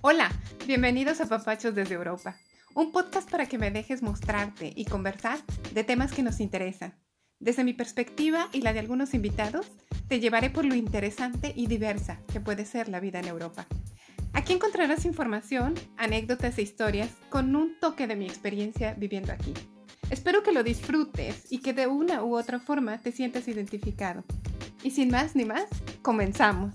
Hola, bienvenidos a Papachos desde Europa, un podcast para que me dejes mostrarte y conversar de temas que nos interesan. Desde mi perspectiva y la de algunos invitados, te llevaré por lo interesante y diversa que puede ser la vida en Europa. Aquí encontrarás información, anécdotas e historias con un toque de mi experiencia viviendo aquí. Espero que lo disfrutes y que de una u otra forma te sientas identificado. Y sin más ni más, comenzamos.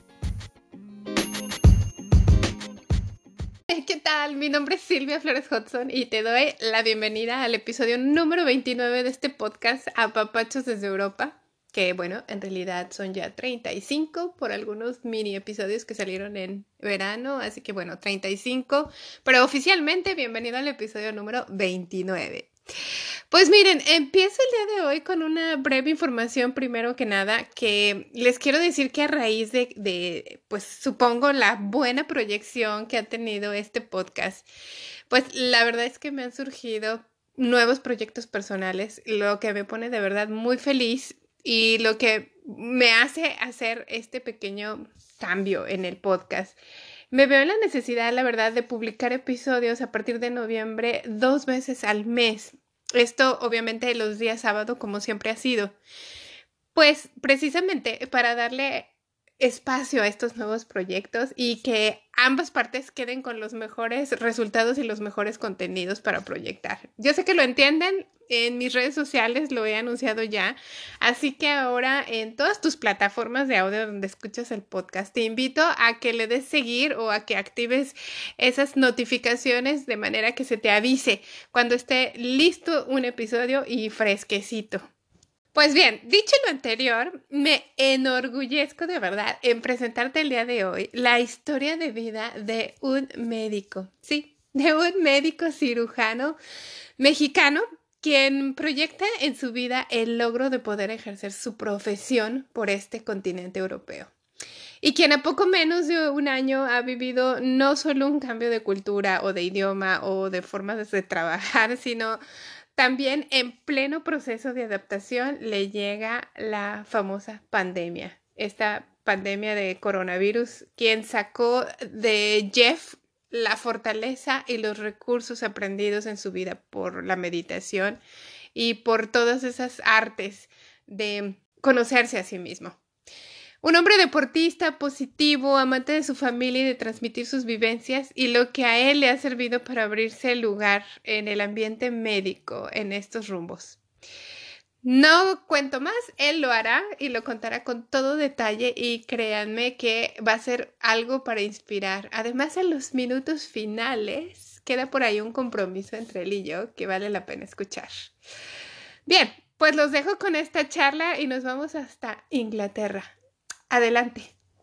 ¿Qué tal? Mi nombre es Silvia Flores Hudson y te doy la bienvenida al episodio número 29 de este podcast A Papachos desde Europa, que bueno, en realidad son ya 35 por algunos mini episodios que salieron en verano, así que bueno, 35, pero oficialmente bienvenido al episodio número 29. Pues miren, empiezo el día de hoy con una breve información, primero que nada, que les quiero decir que a raíz pues supongo, la buena proyección que ha tenido este podcast, pues la verdad es que me han surgido nuevos proyectos personales, lo que me pone de verdad muy feliz y lo que me hace hacer este pequeño cambio en el podcast. Me veo en la necesidad, la verdad, de publicar episodios a partir de noviembre 2 veces al mes. Esto obviamente los días sábado, como siempre ha sido. Pues precisamente para darle espacio a estos nuevos proyectos y que ambas partes queden con los mejores resultados y los mejores contenidos para proyectar. Yo sé que lo entienden, en mis redes sociales lo he anunciado ya, así que ahora en todas tus plataformas de audio donde escuchas el podcast, te invito a que le des seguir o a que actives esas notificaciones de manera que se te avise cuando esté listo un episodio y fresquecito. Pues bien, dicho lo anterior, me enorgullezco de verdad en presentarte el día de hoy la historia de vida de un médico, sí, de un médico cirujano mexicano quien proyecta en su vida el logro de poder ejercer su profesión por este continente europeo. Y quien a poco menos de un año ha vivido no solo un cambio de cultura o de idioma o de formas de trabajar, sino también en pleno proceso de adaptación le llega la famosa pandemia, esta pandemia de coronavirus, quien sacó de Jeff la fortaleza y los recursos aprendidos en su vida por la meditación y por todas esas artes de conocerse a sí mismo. Un hombre deportista, positivo, amante de su familia y de transmitir sus vivencias y lo que a él le ha servido para abrirse lugar en el ambiente médico en estos rumbos. No cuento más, él lo hará y lo contará con todo detalle y créanme que va a ser algo para inspirar. Además, en los minutos finales queda por ahí un compromiso entre él y yo que vale la pena escuchar. Bien, pues los dejo con esta charla y nos vamos hasta Inglaterra. Adelante.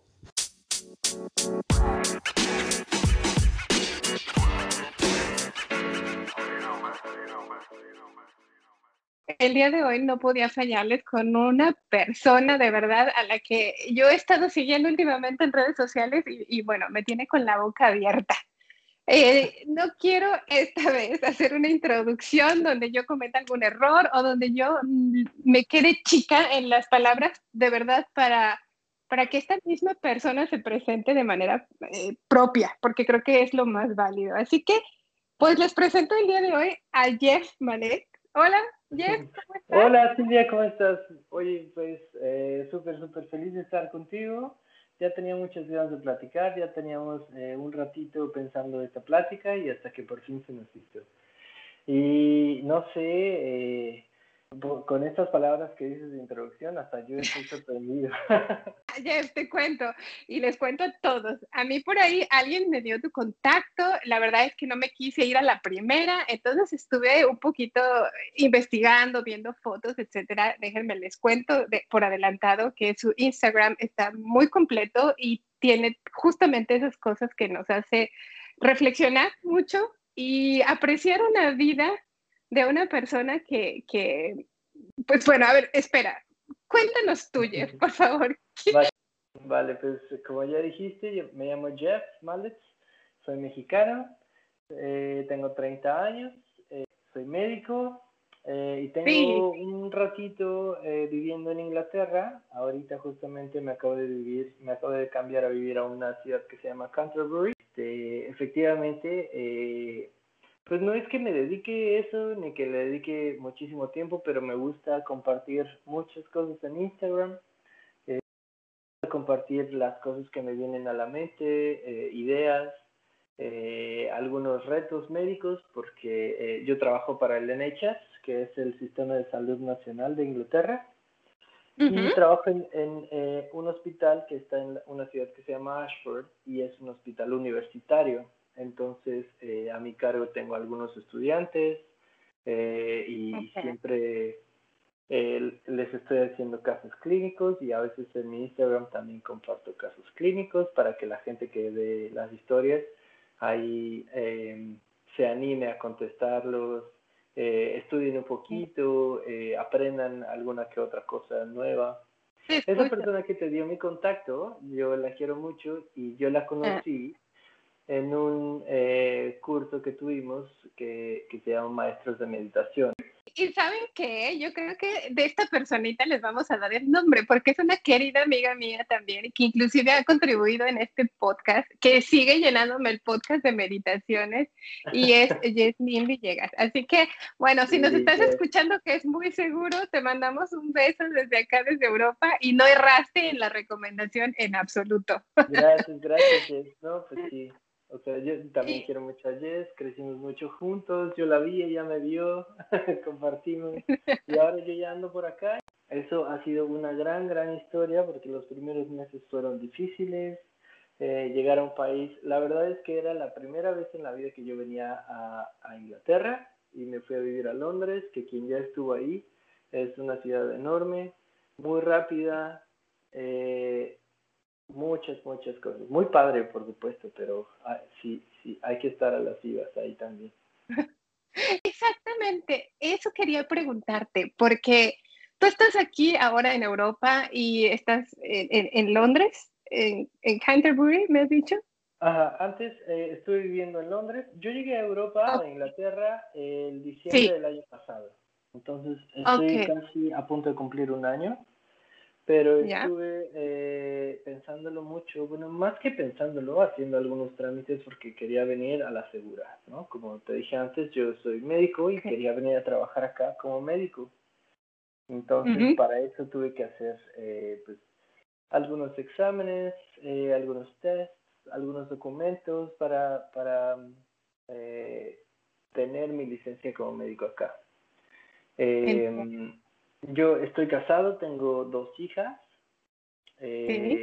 El día de hoy no podía fallarles con una persona de verdad a la que yo he estado siguiendo últimamente en redes sociales y bueno, me tiene con la boca abierta. No quiero esta vez hacer una introducción donde yo cometa algún error o donde yo me quede chica en las palabras, de verdad, para que esta misma persona se presente de manera propia, porque creo que es lo más válido. Así que, pues les presento el día de hoy a Jeff Malek. Hola, Jeff, ¿cómo estás? Hola Silvia, ¿cómo estás? Oye, pues súper feliz de estar contigo. Ya tenía muchas ganas de platicar, ya teníamos un ratito pensando esta plática y hasta que por fin se nos hizo. Y no sé, con estas palabras que dices de introducción, hasta yo estoy sorprendido. Jeff, te cuento y les cuento a todos. A mí por ahí alguien me dio tu contacto, la verdad es que no me quise ir a la primera, entonces estuve un poquito investigando, viendo fotos, etcétera. Déjenme les cuento por adelantado que su Instagram está muy completo y tiene justamente esas cosas que nos hace reflexionar mucho y apreciar una vida de una persona pues bueno, a ver, espera, cuéntanos tú, Jeff, por favor. Vale, vale, pues como ya dijiste, yo me llamo Jeff Mallet, soy mexicano, tengo 30 años, soy médico y Sí, tengo un ratito viviendo en Inglaterra. Ahorita justamente me acabo de cambiar a vivir a una ciudad que se llama Canterbury. efectivamente, pues no es que me dedique eso, ni que le dedique muchísimo tiempo, pero me gusta compartir muchas cosas en Instagram, compartir las cosas que me vienen a la mente, ideas, algunos retos médicos, porque yo trabajo para el NHS, que es el Sistema de Salud Nacional de Inglaterra, y trabajo en un hospital que está en una ciudad que se llama Ashford, y es un hospital universitario. Entonces, a mi cargo tengo algunos estudiantes, y siempre les estoy haciendo casos clínicos, y a veces en mi Instagram también comparto casos clínicos para que la gente que ve las historias ahí se anime a contestarlos, estudien un poquito, aprendan alguna que otra cosa nueva. Esa persona que te dio mi contacto, yo la quiero mucho, y yo la conocí en un curso que tuvimos que se llama Maestros de Meditación. Y ¿saben qué? Yo creo que de esta personita les vamos a dar el nombre, porque es una querida amiga mía también, que inclusive ha contribuido en este podcast, que sigue llenándome el podcast de meditaciones, y es Yasmín Villegas. Así que, bueno, si nos estás escuchando, que es muy seguro, te mandamos un beso desde acá, desde Europa, y no erraste en la recomendación en absoluto. Gracias, Jess. No, pues sí. O sea, yo también quiero mucho a Jess, crecimos mucho juntos, yo la vi, ella me vio, compartimos, y ahora yo ya ando por acá. Eso ha sido una gran historia, porque los primeros meses fueron difíciles, llegar a un país, la verdad es que era la primera vez en la vida que yo venía a Inglaterra, y me fui a vivir a Londres, que quien ya estuvo ahí, es una ciudad enorme, muy rápida, muchas cosas. Muy padre, por supuesto, pero sí, hay que estar a las vivas ahí también. Exactamente, eso quería preguntarte, porque tú estás aquí ahora en Europa y estás en Londres, en Canterbury, ¿me has dicho? Ajá, antes estuve viviendo en Londres. Yo llegué a Europa, a Inglaterra, en diciembre Sí, del año pasado. Entonces estoy ok, casi a punto de cumplir un año. Pero ya, estuve pensándolo mucho, bueno, más que pensándolo, haciendo algunos trámites porque quería venir a la segura, ¿no? Como te dije antes, yo soy médico y ok. quería venir a trabajar acá como médico. Entonces, para eso tuve que hacer pues, algunos exámenes, algunos tests, algunos documentos para eh, tener mi licencia como médico acá. Entiendo. Yo estoy casado, tengo 2 hijas, Sí.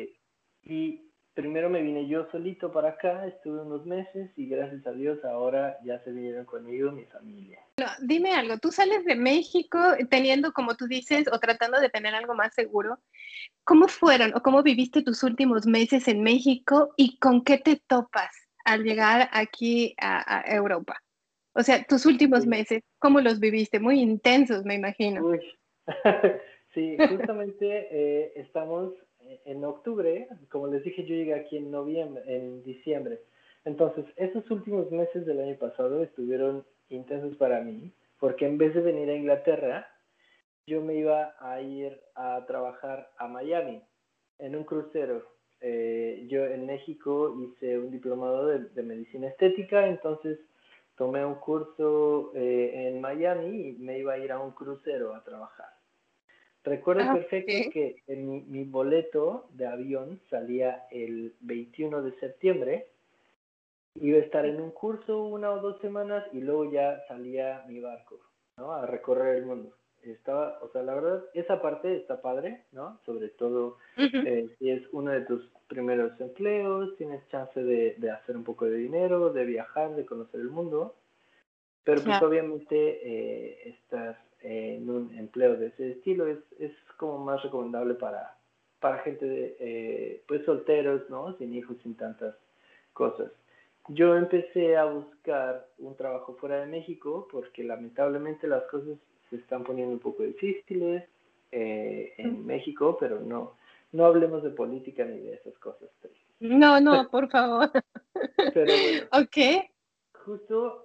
y primero me vine yo solito para acá, estuve unos meses, y gracias a Dios ahora ya se vinieron conmigo mi familia. Bueno, dime algo, tú sales de México teniendo, como tú dices, o tratando de tener algo más seguro. ¿Cómo fueron o cómo viviste tus últimos meses en México y con qué te topas al llegar aquí a Europa? O sea, tus últimos Sí. meses, ¿cómo los viviste? Muy intensos, me imagino. Uy, sí, justamente estamos en octubre, como les dije, yo llegué aquí en diciembre. Entonces, esos últimos meses del año pasado estuvieron intensos para mí, porque en vez de venir a Inglaterra, yo me iba a ir a trabajar a Miami en un crucero. Yo en México hice un diplomado de medicina estética, entonces tomé un curso en Miami y me iba a ir a un crucero a trabajar. Recuerdo perfecto Okay. que mi boleto de avión salía el 21 de septiembre, iba a estar en un curso 1 o 2 semanas, y luego ya salía mi barco, ¿no? A recorrer el mundo. Estaba, o sea, la verdad, esa parte está padre, ¿no? Sobre todo si es uno de tus primeros empleos, tienes chance de hacer un poco de dinero, de viajar, de conocer el mundo, pero pues Claro. obviamente estar en un empleo de ese estilo es como más recomendable para gente pues solteros, ¿no? Sin hijos, sin tantas cosas. Yo empecé a buscar un trabajo fuera de México porque lamentablemente las cosas se están poniendo un poco difíciles en México, pero no hablemos de política ni de esas cosas tristes. No, no, por favor. Pero bueno, Ok. justo,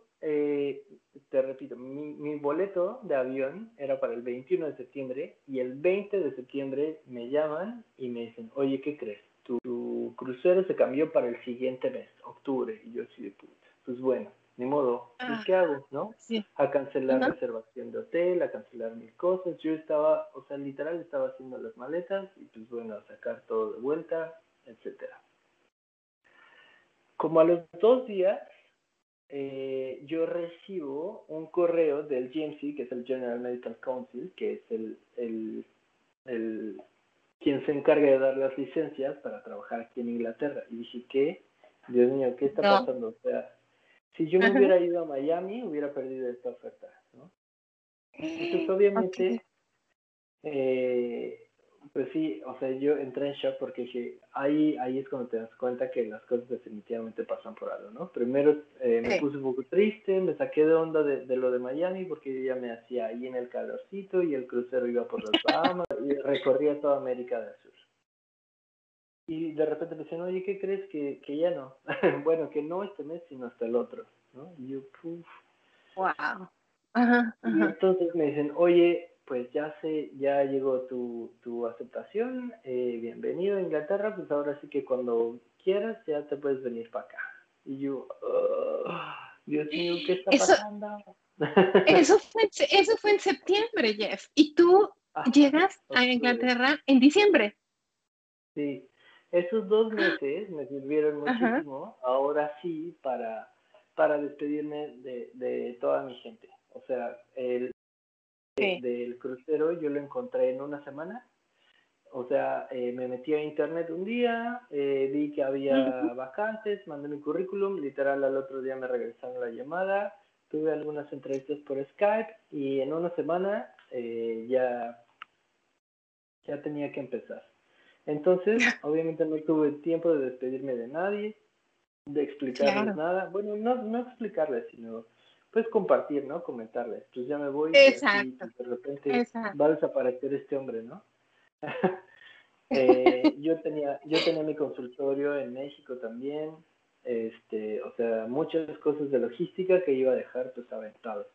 te repito, mi boleto de avión era para el 21 de septiembre, y el 20 de septiembre me llaman y me dicen, oye, ¿qué crees? tu crucero se cambió para el siguiente mes, octubre. Y yo así de puta, pues bueno, ni modo, pues ¿qué hago, no? Sí. A cancelar Ajá. reservación de hotel, a cancelar mil cosas. Yo estaba, o sea, literal estaba haciendo las maletas y pues bueno, a sacar todo de vuelta, etcétera. Como a los 2 días, yo recibo un correo del GMC, que es el General Medical Council, que es el quien se encarga de dar las licencias para trabajar aquí en Inglaterra. Y dije, ¿qué? Dios mío, ¿qué está No. pasando? O sea, si yo me Ajá. hubiera ido a Miami, hubiera perdido esta oferta, ¿no? Entonces, Ok. obviamente, pues sí, o sea, yo entré en shock porque dije, ahí es cuando te das cuenta que las cosas definitivamente pasan por algo, ¿no? Primero me Sí. puse un poco triste, me saqué de onda de lo de Miami porque yo ya me hacía ahí en el calorcito y el crucero iba por las Bahamas y recorría toda América del Sur. Y de repente me dicen, oye, ¿qué crees? Que ya no. Bueno, que no este mes, sino hasta el otro, ¿no? Y yo, puf. Wow. Ajá, Y ajá. entonces me dicen, oye, pues ya llegó tu aceptación, bienvenido a Inglaterra, pues ahora sí que cuando quieras ya te puedes venir para acá. Y yo, Dios mío, ¿qué está Eso, pasando? eso fue en septiembre, Jeff. Y tú Ajá, llegas a octubre. Inglaterra en diciembre. Sí, esos 2 meses me sirvieron Ajá. muchísimo, ahora sí, para despedirme de toda mi gente. O sea, Sí. del crucero yo lo encontré en una semana. O sea, me metí a internet un día, vi que Ujú. había vacantes, mandé mi currículum, literal al otro día me regresaron la llamada, tuve algunas entrevistas por Skype y en una semana ya tenía que empezar. Entonces, obviamente no tuve tiempo de despedirme de nadie, de explicarles Claro. nada. Bueno, no explicarles, sino pues compartir, ¿no? Comentarles. Pues ya me voy y así, Exacto. pues de repente Exacto. va a desaparecer este hombre, ¿no? Yo tenía mi consultorio en México también, o sea, muchas cosas de logística que iba a dejar pues aventados.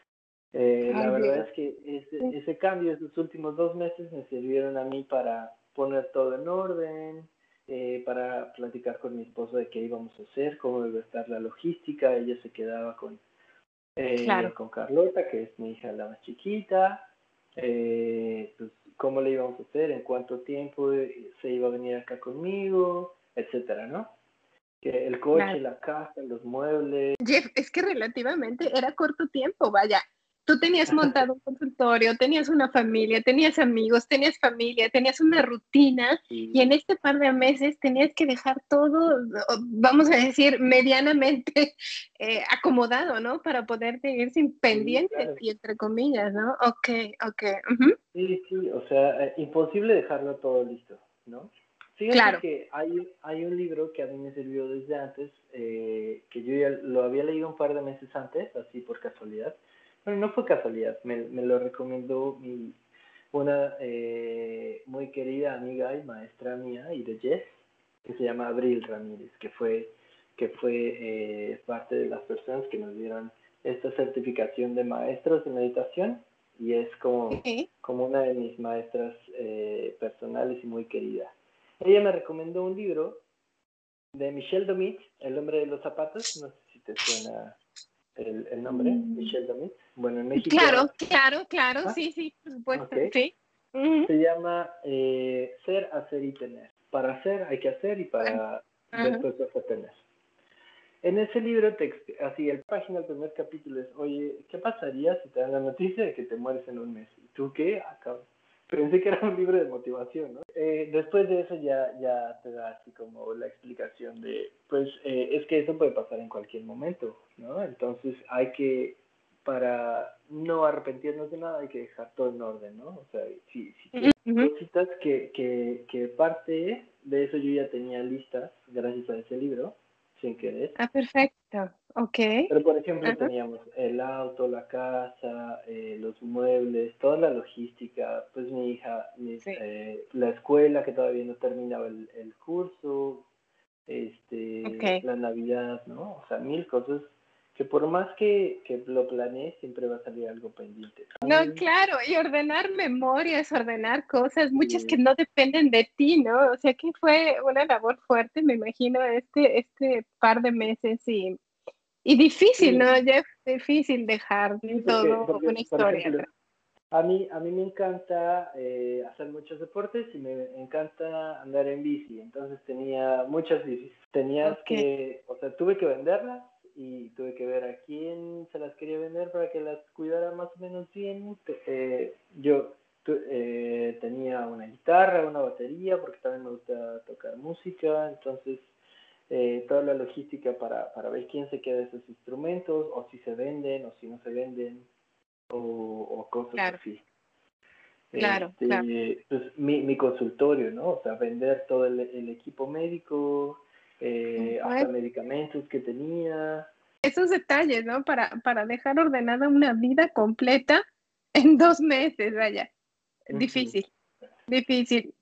La Ay, verdad Dios. es que ese cambio, esos últimos 2 meses me sirvieron a mí para poner todo en orden, para platicar con mi esposo de qué íbamos a hacer, cómo iba a estar la logística. Ella se quedaba Claro. con Carlota, que es mi hija la más chiquita, pues cómo le íbamos a hacer, en cuánto tiempo se iba a venir acá conmigo, etcétera, ¿no? Que el coche, Claro. la casa, los muebles. Jeff, es que relativamente era corto tiempo, vaya. Tú tenías montado un consultorio, tenías una familia, tenías amigos, tenías familia, tenías una rutina y en Y este par de meses tenías que dejar todo, vamos a decir, medianamente acomodado, ¿no? Para poder seguir sin sí, pendientes claro. y entre comillas, ¿no? Ok, ok. Ujú. Sí, o sea, imposible dejarlo todo listo, ¿no? Fíjate Claro. que hay un libro que a mí me sirvió desde antes, que yo ya lo había leído un par de meses antes, así por casualidad. Bueno, no fue casualidad, me lo recomendó una muy querida amiga y maestra mía y de Jess, que se llama Abril Ramírez, que fue parte de las personas que nos dieron esta certificación de maestros de meditación y es Sí. como una de mis maestras personales y muy querida. Ella me recomendó un libro de Michel Domit, El hombre de los zapatos, no sé si te suena el nombre, Mm. Michel Domit. Bueno, en México, Claro, claro, claro, ajá, sí, sí, por ok, supuesto, sí. Ujú. se llama Ser, Hacer y Tener. Para hacer hay que hacer y Bueno, para ajá. después vas a tener. En ese libro, así, el página, el primer capítulo es, oye, ¿qué pasaría si te dan la noticia de que te mueres en un mes? ¿Y tú qué? Pensé que era un libro de motivación, ¿no? Después de eso ya te da así como la explicación de, pues, es que eso puede pasar en cualquier momento, ¿no? Entonces para no arrepentirnos de nada, hay que dejar todo en orden, ¿no? O sea, si tienes Ujú. cositas que parte de eso yo ya tenía listas, gracias a ese libro, sin querer. Ah, perfecto. Ok. Pero, por ejemplo, Ajá. teníamos el auto, la casa, los muebles, toda la logística, pues mi hija, Sí. la escuela que todavía no terminaba el curso, Ok. la Navidad, ¿no? O sea, mil cosas que por más que lo planees, siempre va a salir algo pendiente. A No, mí, claro, y ordenar memorias, ordenar cosas, muchas que no dependen de ti, ¿no? O sea que fue una labor fuerte, me imagino, este par de meses y difícil, ¿no, sí, Jeff? Difícil dejar sí, todo una por historia ejemplo, atrás. a mí me encanta hacer muchos deportes y me encanta andar en bici, entonces tenía muchas bicis. Tenías Ok, que, o sea, tuve que venderlas y tuve que ver a quién se las quería vender para que las cuidara más o menos bien. Tenía una guitarra, una batería, porque también me gusta tocar música, entonces toda la logística para ver quién se queda esos instrumentos, o si se venden, o si no se venden, o cosas claro, así. claro, claro. Pues mi consultorio, ¿no? O sea, vender todo el equipo médico, hasta Bueno, medicamentos que tenía. esos detalles, ¿no? Para dejar ordenada una vida completa en 2 meses, vaya. Ujú. Difícil, difícil.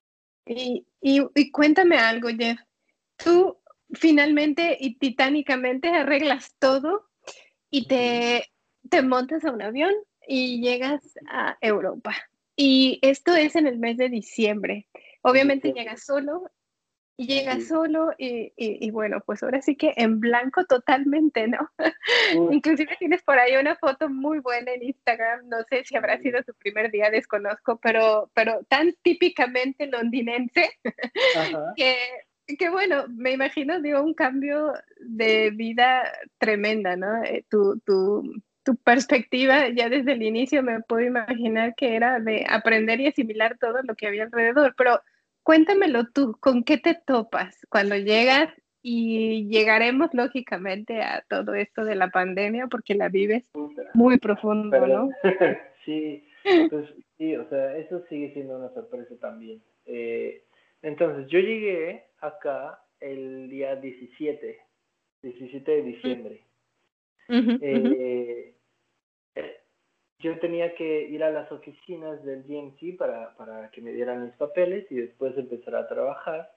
Y cuéntame algo, Jeff. Tú finalmente y titánicamente arreglas todo y Ujú. te montas a un avión y llegas a Europa. Y esto es en el mes de diciembre. En Obviamente diciembre, llegas sí. solo y bueno, pues ahora sí que en blanco totalmente, ¿no? Uy, Inclusive tienes por ahí una foto muy buena en Instagram, no sé si habrá sí. sido tu primer día, desconozco, pero tan típicamente londinense Ajá. que, que bueno, me imagino dio un cambio de vida tremenda, ¿no? Tu perspectiva ya desde el inicio me puedo imaginar que era de aprender y asimilar todo lo que había alrededor, pero cuéntamelo tú, ¿con qué te topas cuando llegas? Y llegaremos lógicamente a todo esto de la pandemia porque la vives Puta, muy profundo, perdón. ¿no? Sí, pues sí, o sea, eso sigue siendo una sorpresa también. Entonces, yo llegué acá el día 17 de diciembre. Ujú, ujú. Eh, eh, yo tenía que ir a las oficinas del GMC para que me dieran mis papeles y después empezar a trabajar.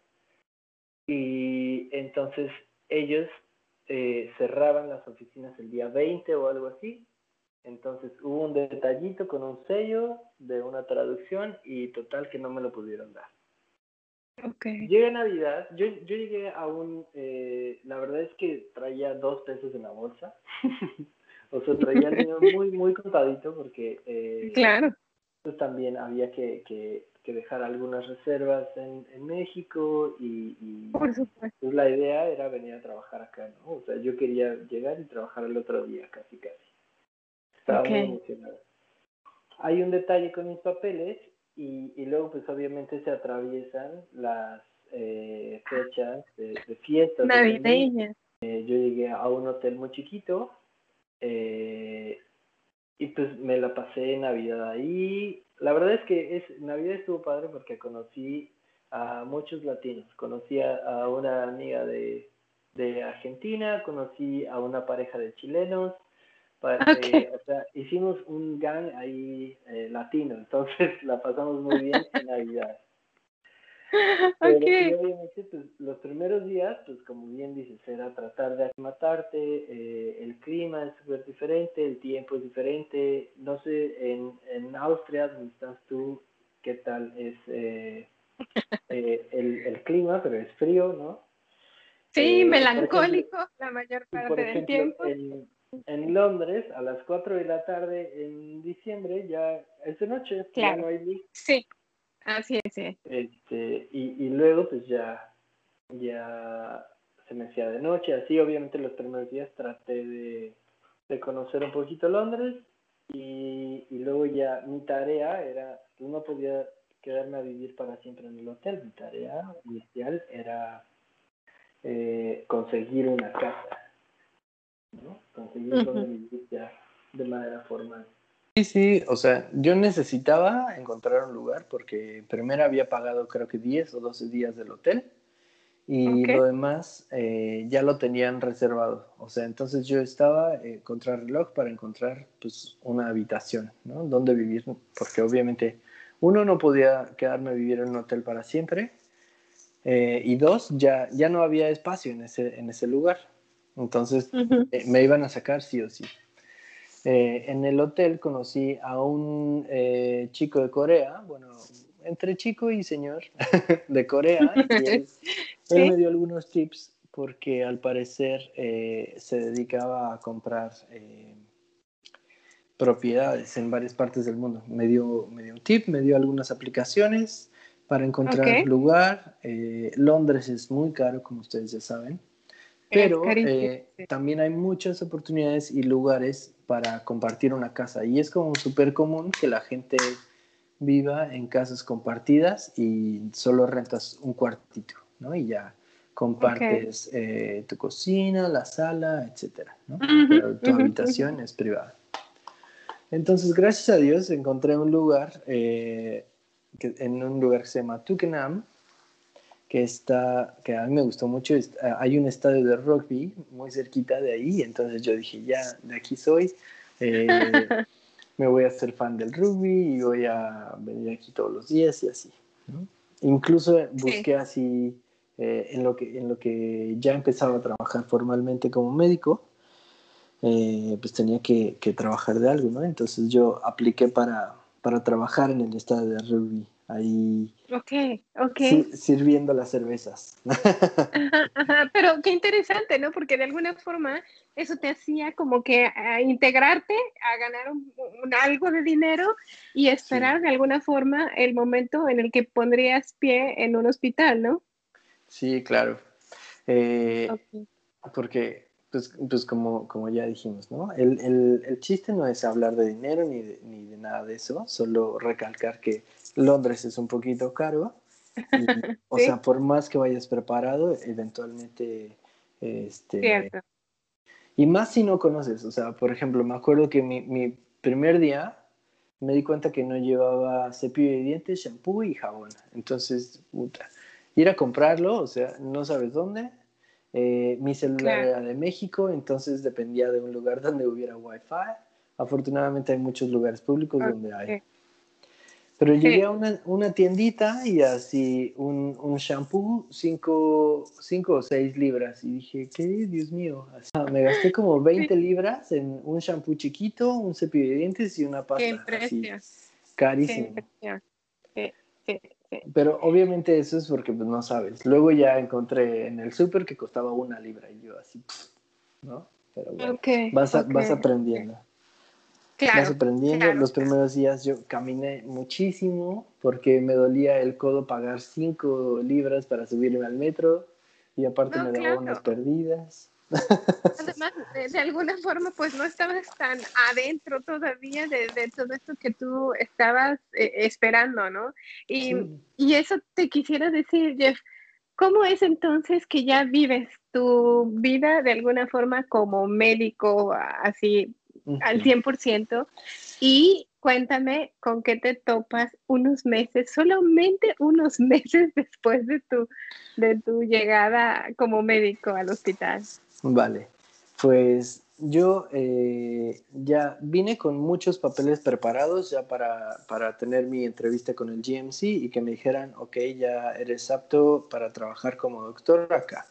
Y entonces ellos cerraban las oficinas el día 20 o algo así. Entonces hubo un detallito con un sello de una traducción y total que no me lo pudieron dar. Ok. Llega Navidad, yo llegué a la verdad es que traía 2 pesos en la bolsa, o sea, traía el dinero muy, muy contadito porque Claro, pues también había que dejar algunas reservas en México por supuesto. pues la idea era venir a trabajar acá, ¿no? O sea, yo quería llegar y trabajar el otro día, casi, casi. Estaba Ok. muy emocionado. Hay un detalle con mis papeles y luego pues obviamente se atraviesan las fechas de fiestas de pandemia. Navideña. Yo llegué a un hotel muy chiquito eh, y pues me la pasé Navidad ahí. La verdad es que Navidad estuvo padre porque conocí a muchos latinos. Conocí a una amiga de Argentina, conocí a una pareja de chilenos, Ok. o sea, hicimos un gang ahí latino, entonces la pasamos muy bien en Navidad. Pero, y Ok. obviamente, pues los primeros días, pues como bien dices, era tratar de matarte, el clima es súper diferente, el tiempo es diferente. No sé, en Austria, donde estás tú, qué tal es el clima, pero es frío, ¿no? Sí, Por ejemplo, melancólico la mayor y parte por del ejemplo, tiempo. en Londres, a las 4 de la tarde en diciembre, ya es de noche, ya Claro. no hay luz. Sí, así es. Sí. Y luego, pues ya se me hacía de noche. Así, obviamente, los primeros días traté de conocer un poquito Londres. Y luego ya mi tarea era, pues no podía quedarme a vivir para siempre en el hotel. Mi tarea inicial era conseguir una casa, ¿no? Conseguir Ujú. donde vivir ya de manera formal. Sí, sí, o sea, yo necesitaba encontrar un lugar porque primero había pagado creo que 10 o 12 días del hotel y Ok. lo demás ya lo tenían reservado. O sea, entonces yo estaba contra reloj para encontrar pues una habitación, ¿no? Donde vivir, porque obviamente uno no podía quedarme a vivir en un hotel para siempre y dos, ya no había espacio en ese lugar. Entonces Ujú. me iban a sacar sí o sí. En el hotel conocí a un chico de Corea, bueno, entre chico y señor de Corea, y él me Sí, dio algunos tips porque al parecer se dedicaba a comprar propiedades en varias partes del mundo. Me dio un tip, me dio algunas aplicaciones para ok, encontrar lugar. Londres es muy caro, como ustedes ya saben, es pero carísimo. Sí. también hay muchas oportunidades y lugares para compartir una casa. Y es como súper común que la gente viva en casas compartidas y solo rentas un cuartito, ¿no? Y ya Ok. compartes tu cocina, la sala, etcétera, ¿no? Ujú, Pero tu ujú, ujú. habitación es privada. Entonces, gracias a Dios, encontré un lugar, en un lugar que se llama Twickenham, que a mí me gustó mucho. Hay un estadio de rugby muy cerquita de ahí, entonces yo dije, ya, de aquí soy, eh, me voy a hacer fan del rugby y voy a venir aquí todos los días y así, ¿no? Incluso Sí, busqué así, en lo que ya empezaba a trabajar formalmente como médico, pues tenía que trabajar de algo, ¿no? Entonces yo apliqué para trabajar en el estadio de rugby, ahí ok, ok. sirviendo las cervezas. Ajá, ajá, pero qué interesante, ¿no? Porque de alguna forma eso te hacía como que a integrarte, a ganar algo de dinero y Sí, esperar de alguna forma el momento en el que pondrías pie en un hospital, ¿no? sí, claro. Eh, Ok. Porque, pues como ya dijimos, ¿no? El chiste no es hablar de dinero ni de nada de eso, solo recalcar que Londres es un poquito caro y, o Sí, sea, por más que vayas preparado, eventualmente, este, cierto. y más si no conoces, o sea, por ejemplo, me acuerdo que mi primer día me di cuenta que no llevaba cepillo de dientes, shampoo y jabón. Entonces, puta, ir a comprarlo, o sea, no sabes dónde. Mi celular Claro. era de México, entonces dependía de un lugar donde hubiera wifi. Afortunadamente hay muchos lugares públicos donde hay. Ok. Pero llegué Sí. a una tiendita y así un shampoo, 5 o 6 libras. Y dije, ¿qué? Dios mío. Así, me gasté como Sí. 20 libras en un shampoo chiquito, un cepillo de dientes y una Qué pasta. Así, impresión. Qué carísimo. impresión. Sí, sí, sí. Pero obviamente eso es porque pues, no sabes. Luego ya encontré en el súper que costaba 1 libra y yo así, ¿no? Pero bueno, Ok, ok, vas ok. aprendiendo. Vas Claro, aprendiendo. claro, Los claro. primeros días yo caminé muchísimo porque me dolía el codo pagar 5 libras para subirme al metro y aparte No, me daba unas claro. perdidas. Además, de alguna forma, pues no estabas tan adentro todavía de todo esto que tú estabas esperando, ¿no? Y, Sí. y eso te quisiera decir, Jeff, ¿cómo es entonces que ya vives tu vida de alguna forma como médico, así al Ujú. 100%? Y cuéntame con qué te topas unos meses, solamente unos meses después de tu llegada como médico al hospital. Vale. Pues yo ya vine con muchos papeles preparados ya para tener mi entrevista con el GMC y que me dijeran, ok, ya eres apto para trabajar como doctor acá.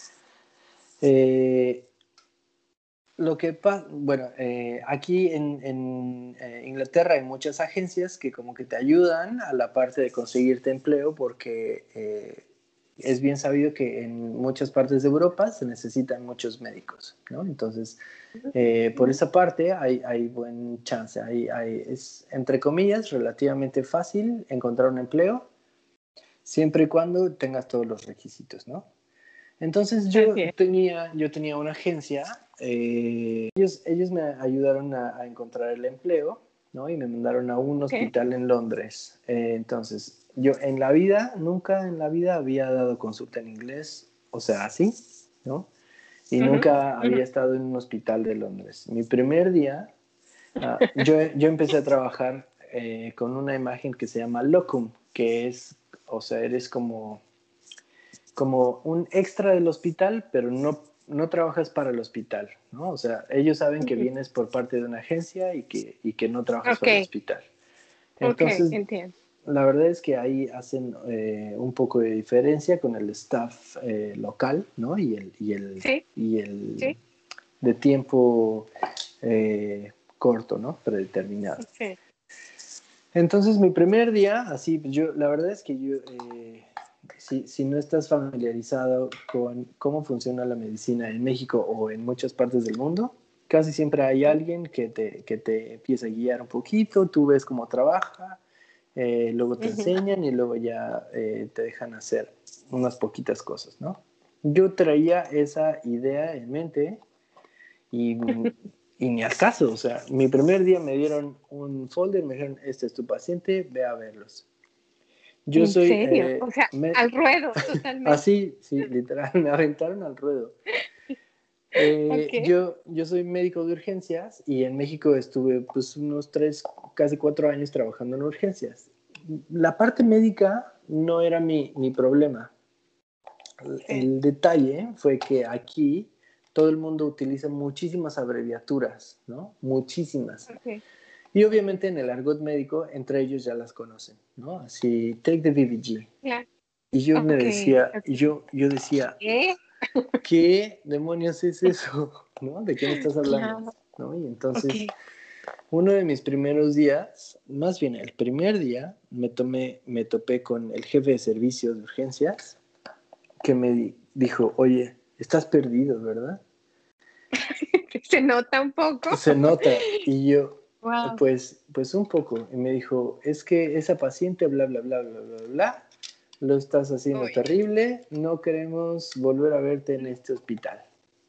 Eh, Lo que pasa, bueno, aquí en Inglaterra hay muchas agencias que como que te ayudan a la parte de conseguirte empleo porque es bien sabido que en muchas partes de Europa se necesitan muchos médicos, ¿no? Entonces, por esa parte hay buen chance, es entre comillas relativamente fácil encontrar un empleo siempre y cuando tengas todos los requisitos, ¿no? Entonces Así es. yo tenía una agencia, ellos me ayudaron a encontrar el empleo, ¿no? Y me mandaron a un Ok. hospital en Londres. Entonces, yo en la vida, nunca en la vida había dado consulta en inglés, o sea, así, ¿no? Y Ujú, nunca ujú. había estado en un hospital de Londres. Mi primer día, yo empecé a trabajar con una imagen que se llama locum, que es, o sea, eres como un extra del hospital, pero no trabajas para el hospital, ¿no? O sea, ellos saben que Ujú. vienes por parte de una agencia y que no trabajas Ok, para el hospital. ok, Entonces, entiendo. la verdad es que ahí hacen un poco de diferencia con el staff local, ¿no? Sí, Y el sí, de tiempo corto, ¿no? Predeterminado. sí. Entonces, mi primer día, así, la verdad es que si no estás familiarizado con cómo funciona la medicina en México o en muchas partes del mundo, casi siempre hay alguien que te empieza a guiar un poquito, tú ves cómo trabaja, luego te Ujú. enseñan y luego ya te dejan hacer unas poquitas cosas, ¿no? Yo traía esa idea en mente y, y ni al caso, o sea, mi primer día me dieron un folder, me dijeron, este es tu paciente, ve a verlos. Yo ¿En soy, serio? O sea, al ruedo, totalmente. así, sí, literal, me aventaron al ruedo. Ok. Yo soy médico de urgencias y en México estuve pues unos 3, casi 4 años trabajando en urgencias. La parte médica no era mi problema. Sí, El detalle fue que aquí todo el mundo utiliza muchísimas abreviaturas, ¿no? Muchísimas. ok. Y obviamente en el argot médico, entre ellos ya las conocen, ¿no? Así, take the VVG. Claro. Y yo me Ok, decía, ok. yo decía, ¿Qué? ¿qué demonios es eso? ¿No? ¿De qué me estás hablando? Claro. ¿No? Y Ok. entonces, uno de mis primeros días, más bien el primer día, me topé con el jefe de servicios de urgencias que me dijo, oye, estás perdido, ¿verdad? Se nota un poco. Se nota. Y yo, Wow. pues un poco. Y me dijo, es que esa paciente, bla, bla, bla, bla, bla, bla, lo estás haciendo Uy. terrible, no queremos volver a verte en este hospital.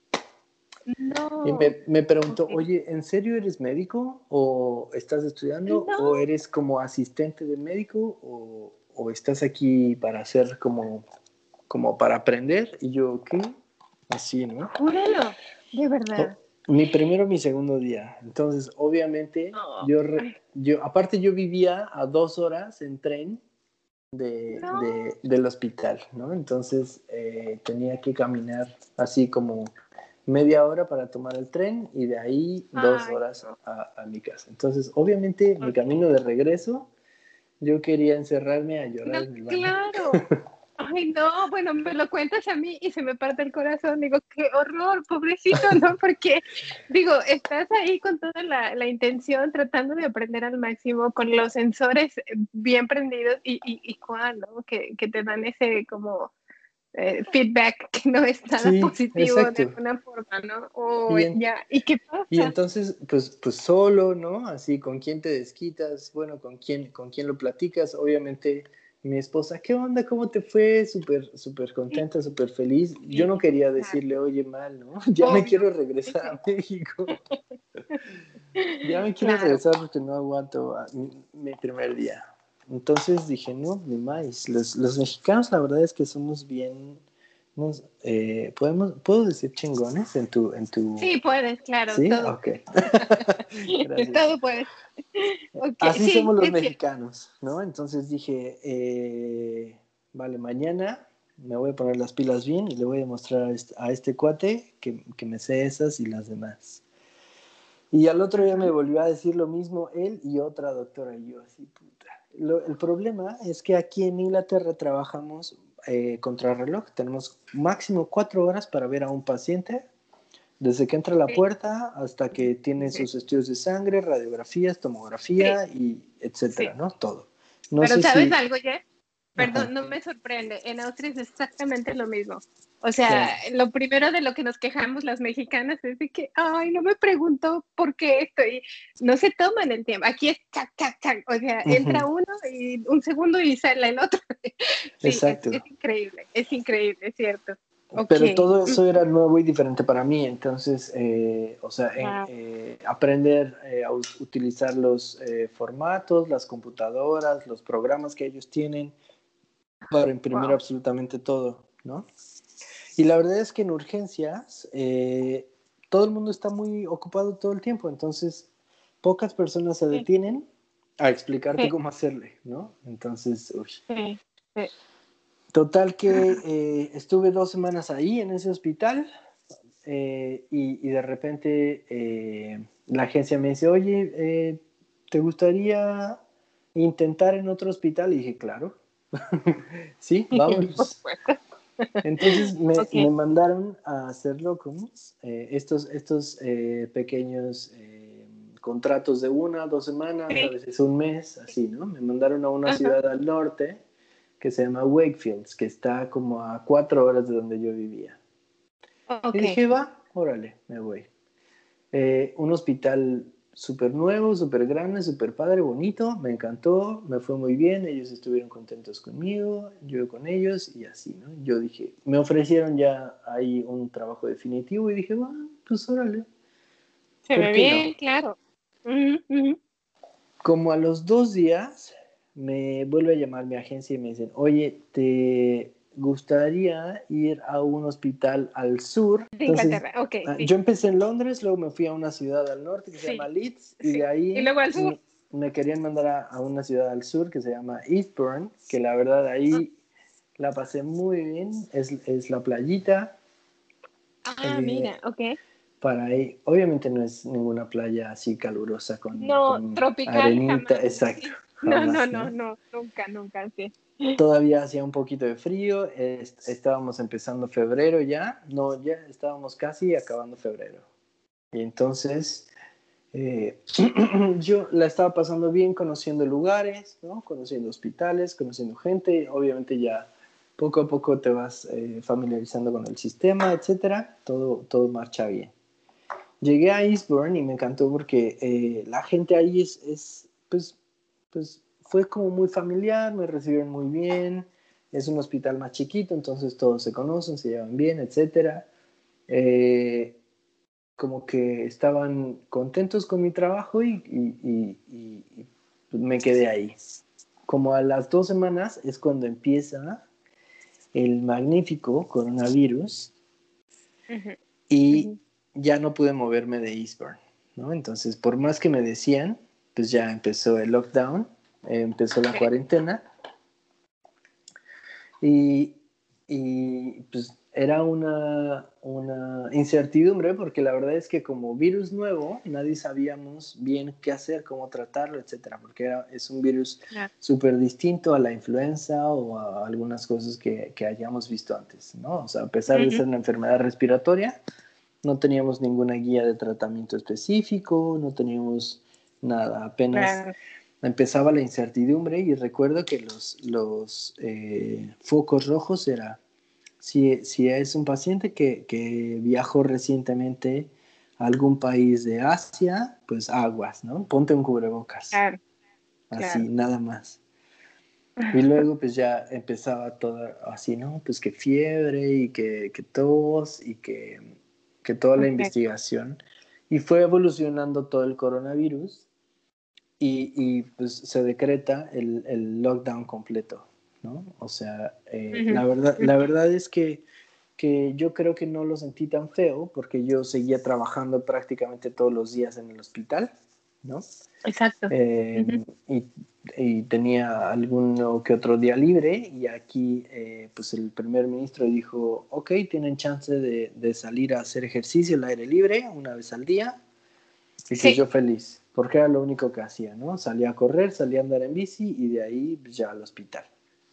Y No. me preguntó, Ok. oye, ¿en serio eres médico? ¿O estás estudiando? No. ¿O eres como asistente de médico? ¿O estás aquí para hacer como para aprender? Y yo, ¿qué? Así, ¿no? Júralo. De verdad. Mi segundo día. Entonces, obviamente, No. aparte yo vivía a 2 horas en tren No. del hospital, ¿no? Entonces, tenía que caminar así como media hora para tomar el tren y de ahí dos Ay, horas no. a mi casa. Entonces, obviamente, mi Ok. camino de regreso, yo quería encerrarme a No, llorar en el baño. claro. Ay, no, bueno, me lo cuentas a mí y se me parte el corazón. Digo, qué horror, pobrecito, ¿no? Porque, digo, estás ahí con toda la intención, tratando de aprender al máximo, con los sensores bien prendidos y cuál, ¿no? Que te dan ese como feedback que no es nada Sí, positivo de exacto. alguna forma, ¿no? O Y, en- ya, ¿y qué Y pasa? entonces, pues solo, ¿no? Así, ¿con quién te desquitas? Bueno, ¿con quién lo platicas? Obviamente, mi esposa, ¿qué onda? ¿Cómo te fue? Súper, súper Sí, contenta, súper feliz. Yo no sí, quería claro, decirle, oye, mal, ¿no? Ya me obvio. quiero Sí, regresar sí. a México. Ya me quiero Claro. regresar porque no aguanto mi primer día. Entonces dije, no, ni más. Los mexicanos, la verdad es que somos bien, ¿puedo decir chingones en tu. Sí, puedes, claro, ¿Sí? todo. Ok. Gracias. Todo puedes. Ok, Así sí, somos los es cierto. mexicanos, ¿no? Entonces dije, vale, mañana me voy a poner las pilas bien y le voy a demostrar a este cuate que me sé esas y las demás. Y al otro día me Ajá. volvió a decir lo mismo él y otra doctora y yo así, puta. El problema es que aquí en Inglaterra trabajamos contrarreloj. Tenemos máximo 4 horas para ver a un paciente desde que entra a la Sí, puerta hasta que tiene sí, sus estudios de sangre, radiografías, sí, tomografía y etcétera, sí. ¿no? Todo. No Pero sé ¿sabes si. algo, Jeff? Ajá, Perdón, no me sorprende. En Austria es exactamente lo mismo. O sea, claro. lo primero de lo que nos quejamos las mexicanas es de que, ay, no me preguntó por qué esto y no se toman el tiempo. Aquí es chac, chac, chac. O sea, entra Ujú, uno y un segundo y sale el otro. Sí, exacto. es increíble, es cierto. Ok. Pero todo Mm, eso era nuevo y diferente para mí, entonces, o sea, claro. aprender a utilizar los formatos, las computadoras, los programas que ellos tienen para imprimir Wow. absolutamente todo, ¿no? Y la verdad es que en urgencias todo el mundo está muy ocupado todo el tiempo, entonces pocas personas se Sí, detienen a explicarte sí, cómo hacerle, ¿no? Entonces, uy. sí, sí. Total que estuve 2 semanas ahí en ese hospital y de repente la agencia me dice, oye, ¿te gustaría intentar en otro hospital y dije, claro, sí, Por vámonos. supuesto. Entonces me Ok. mandaron a hacerlo como estos pequeños contratos de 1 o 2 semanas, a Sí. veces un mes, así, ¿no? Me mandaron a una Ajá. ciudad al norte que se llama Wakefield, que está como a 4 horas de donde yo vivía. Y Ok. dije, va, órale, me voy. Un hospital súper nuevo, súper grande, súper padre, bonito, me encantó, me fue muy bien, ellos estuvieron contentos conmigo, yo con ellos y así, ¿no? Yo dije, me ofrecieron ya ahí un trabajo definitivo y dije, va, pues órale, Se ¿por ve qué no? bien, claro. Ujú, ujú. Como a los 2 días me vuelve a llamar mi agencia y me dicen, oye, ¿te gustaría ir a un hospital al sur? De Entonces, Inglaterra. Ok, sí. yo empecé en Londres, luego me fui a una ciudad al norte que se llama Sí, Leeds y de sí. Y ahí luego al sur. me querían mandar a una ciudad al sur que se llama Eastbourne, que la verdad ahí la pasé muy bien, es la playita. Mira, eh, ok. para ahí, obviamente no es ninguna playa así calurosa No, con tropical arenita, jamás. exacto, Sí. No, no, jamás, no, ¿no? no, nunca, nunca, sí. Todavía hacía un poquito de frío, estábamos empezando febrero ya, no, ya estábamos casi acabando febrero. Y entonces yo la estaba pasando bien conociendo lugares, ¿no? Conociendo hospitales, conociendo gente, obviamente ya poco a poco te vas familiarizando con el sistema, etcétera, todo marcha bien. Llegué a Eastbourne y me encantó porque la gente ahí pues fue como muy familiar, me recibieron muy bien, es un hospital más chiquito, entonces todos se conocen, se llevan bien, etcétera. Eh, Como que estaban contentos con mi trabajo y pues me quedé ahí. Como a las 2 semanas es cuando empieza el magnífico coronavirus Ujú, y ujú. ya no pude moverme de Eastbourne, ¿no? Entonces, por más que me decían, pues ya empezó el lockdown, empezó la Sí, cuarentena y, pues era una incertidumbre porque la verdad es que como virus nuevo, nadie sabíamos bien qué hacer, cómo tratarlo, etcétera, porque es un virus claro. súper distinto a la influenza o a algunas cosas que hayamos visto antes, ¿no? O sea, a pesar de Ujú, ser una enfermedad respiratoria, no teníamos ninguna guía de tratamiento específico, no teníamos nada, apenas claro. empezaba la incertidumbre y recuerdo que los focos rojos era si es un paciente que viajó recientemente a algún país de Asia, pues aguas, ¿no? Ponte un cubrebocas, Claro, así, claro. nada más. Y luego pues ya empezaba todo así, ¿no? Pues que fiebre y que tos y que toda la Ok. investigación. Y fue evolucionando todo el coronavirus pues se decreta el lockdown completo, ¿no? O sea, Ujú, la ujú. verdad es que yo creo que no lo sentí tan feo porque yo seguía trabajando prácticamente todos los días en el hospital, ¿no? Exacto. Eh, Ujú. y, y tenía alguno que otro día libre y aquí pues el primer ministro dijo, ok, tienen chance de salir a hacer ejercicio al aire libre 1 vez al día y pues Sí, yo feliz, porque era lo único que hacía, ¿no? Salía a correr, salía a andar en bici y de ahí pues, ya al hospital.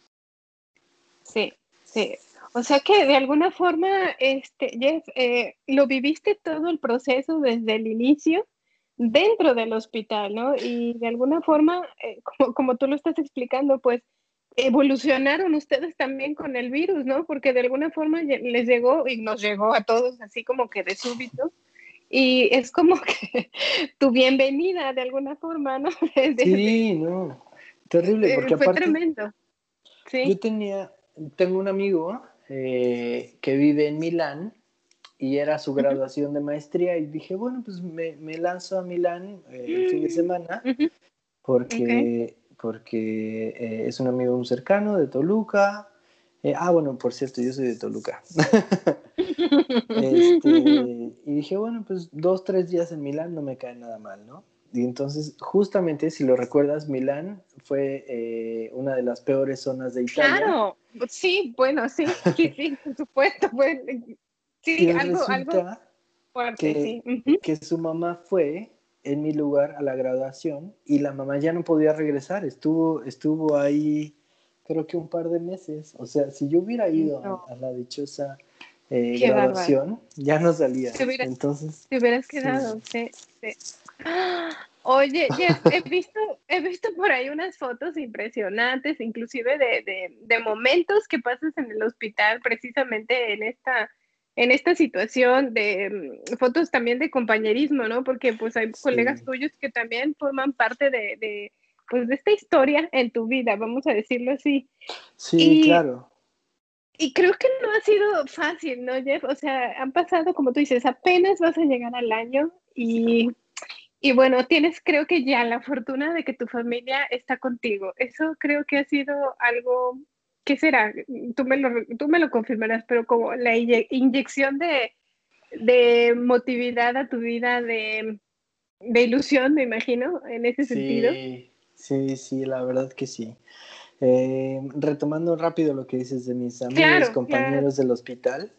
sí, sí. O sea que de alguna forma, Jeff, lo viviste todo el proceso desde el inicio dentro del hospital, ¿no? Y de alguna forma, como tú lo estás explicando, pues evolucionaron ustedes también con el virus, ¿no? Porque de alguna forma les llegó y nos llegó a todos así como que de súbito. Y es como que tu bienvenida de alguna forma, ¿no? Sí, no, terrible, porque Fue aparte tremendo, yo sí. tengo un amigo que vive en Milán y era su Ujú. graduación de maestría y dije, bueno, pues me lanzo a Milán el fin de semana Ujú. Ok. porque es un amigo muy cercano de Toluca. Bueno, por cierto, yo soy de Toluca. Y dije, bueno, pues 2, 3 días en Milán no me cae nada mal, ¿no? Y entonces, justamente, si lo recuerdas, Milán fue una de las peores zonas de Italia. Claro, sí, bueno, sí, sí, sí, por supuesto, bueno, sí, Y algo resulta fuerte, que, sí. Ujú. que su mamá fue en mi lugar a la graduación y la mamá ya no podía regresar, estuvo ahí creo que un par de meses. O sea, si yo hubiera ido No, a la dichosa qué bárbaro. graduación, ya no salía. Te hubieras, Entonces, te hubieras sí, quedado, sí, sí. ¡Ah! Oye, Jeff, he visto por ahí unas fotos impresionantes, inclusive de momentos que pasas en el hospital, precisamente en esta situación, fotos también de compañerismo, ¿no? Porque pues hay colegas sí, tuyos que también forman parte pues, de esta historia en tu vida, vamos a decirlo así. sí, Y, claro. y creo que no ha sido fácil, ¿no, Jeff? O sea, han pasado, como tú dices, apenas vas a llegar al año y bueno, tienes creo que ya la fortuna de que tu familia está contigo. Eso creo que ha sido algo, ¿qué será? Tú me lo confirmarás, pero como la inyección de motividad a tu vida, de ilusión, me imagino, en ese sentido. Sí, sí, sí, la verdad que sí. Retomando rápido lo que dices de mis amigos, Claro, claro. compañeros del hospital,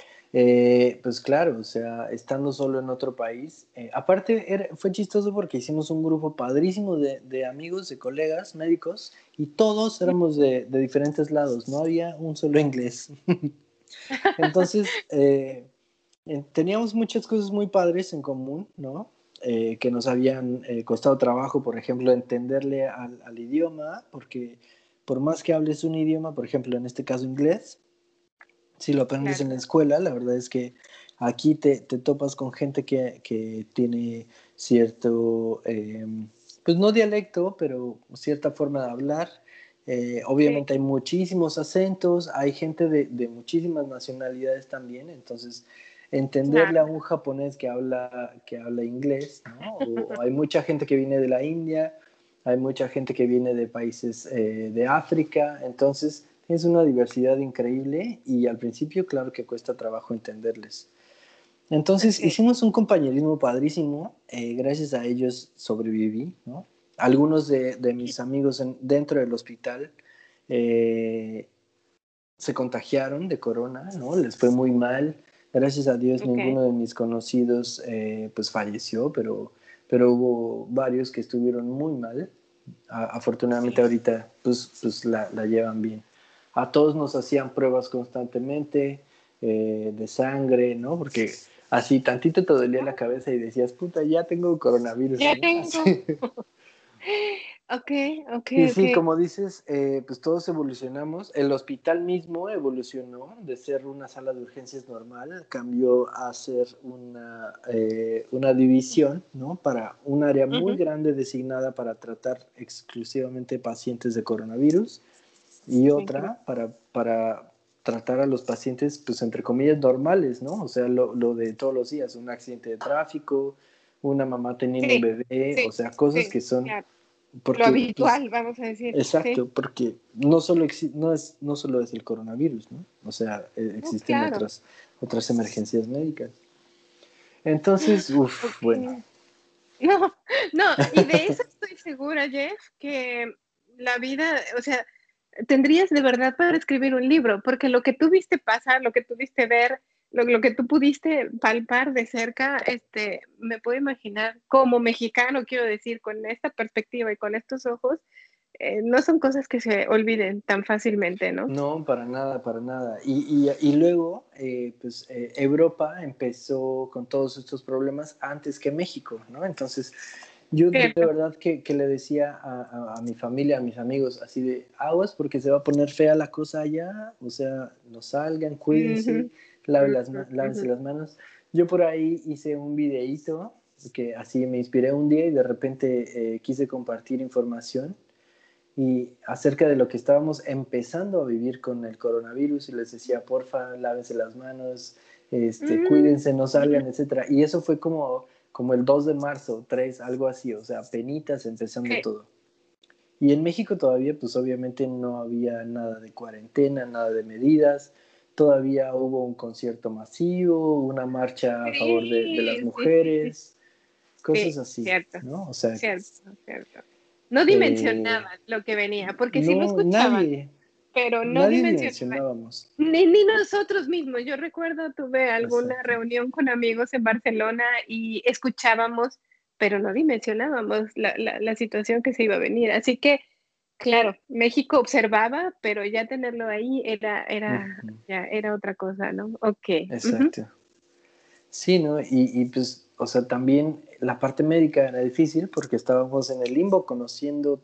pues claro, o sea, estando solo en otro país, aparte fue chistoso porque hicimos un grupo padrísimo de amigos, de colegas médicos, y todos éramos de diferentes lados, no había un solo inglés. Entonces, teníamos muchas cosas muy padres en común, ¿no? Que nos habían costado trabajo, por ejemplo, entenderle al idioma, porque por más que hables un idioma, por ejemplo, en este caso inglés, si lo aprendes en Claro, la escuela, la verdad es que aquí te topas con gente que tiene cierto, pues no dialecto, pero cierta forma de hablar. sí, Obviamente hay muchísimos acentos, hay gente de muchísimas nacionalidades también, entonces entenderle a claro, un japonés que habla inglés, ¿no? O hay mucha gente que viene de la India, hay mucha gente que viene de países de África, entonces es una diversidad increíble y al principio claro que cuesta trabajo entenderles. Entonces sí, hicimos un compañerismo padrísimo, gracias a ellos sobreviví, ¿no? Algunos de mis amigos dentro del hospital eh, se contagiaron de corona, ¿no? Les fue muy mal. Gracias a Dios ok, ninguno de mis conocidos pues falleció, pero hubo varios que estuvieron muy mal. Afortunadamente sí. ahorita pues la llevan bien. A todos nos hacían pruebas constantemente de sangre, ¿no? Porque así tantito te dolía la cabeza y decías, puta, ya tengo coronavirus, Ya ¿no? tengo. Así. Ok, ok, Y ok. sí, como dices, pues todos evolucionamos. El hospital mismo evolucionó de ser una sala de urgencias normal, cambió a ser una división, ¿no? Para un área muy Ujú, grande designada para tratar exclusivamente pacientes de coronavirus y increíble. otra para tratar a los pacientes, pues entre comillas, normales, ¿no? O sea, lo de todos los días, un accidente de tráfico, una mamá teniendo un Sí, bebé, o sí, sea, cosas sí, que son, claro. Lo porque, pues, habitual, vamos a decir. Sí. exacto, porque no solo es el coronavirus, ¿no? O sea, No, existen claro. otras emergencias médicas. Entonces, uff, Ok. bueno, No, no, y de eso estoy segura, Jeff, que la vida, o sea, tendrías de verdad para escribir un libro, porque lo que tú viste pasar, lo que tú viste ver, lo que tú pudiste palpar de cerca, me puedo imaginar como mexicano, quiero decir, con esta perspectiva y con estos ojos, no son cosas que se olviden tan fácilmente, ¿no? no, para nada, para nada. Y luego, pues Europa empezó con todos estos problemas antes que México, ¿no? Entonces, yo de Cierto. verdad que le decía a mi familia, a mis amigos, así de aguas porque se va a poner fea la cosa allá, o sea, no salgan, cuídense, Ujú, ujú, lávense ujú. las manos. Yo por ahí hice un videíto que así me inspiré un día y de repente quise compartir información y acerca de lo que estábamos empezando a vivir con el coronavirus y les decía, porfa, lávense las manos, Mm, cuídense, no ujú. salgan, etcétera. Y eso fue como el 2 de marzo, 3 algo así, o sea, penitas empezando Sí, todo. Y en México todavía, pues obviamente no había nada de cuarentena, nada de medidas, todavía hubo un concierto masivo, una marcha a favor de las sí, sí, sí, sí. mujeres, cosas Sí, así, cierto, ¿no? O sea, cierto, cierto. No eh, dimensionaban lo que venía, porque sí lo no, escuchaban, nadie, pero no nadie dimensionaban. dimensionábamos. Ni nosotros mismos. Yo recuerdo, tuve alguna Exacto. reunión con amigos en Barcelona y escuchábamos pero no dimensionábamos la situación que se iba a venir. Así que, claro, México observaba, pero ya tenerlo ahí Ujú. ya era otra cosa, ¿no? Ok. Ujú. Exacto. Sí, ¿no? Y pues, o sea, también la parte médica era difícil porque estábamos en el limbo conociendo,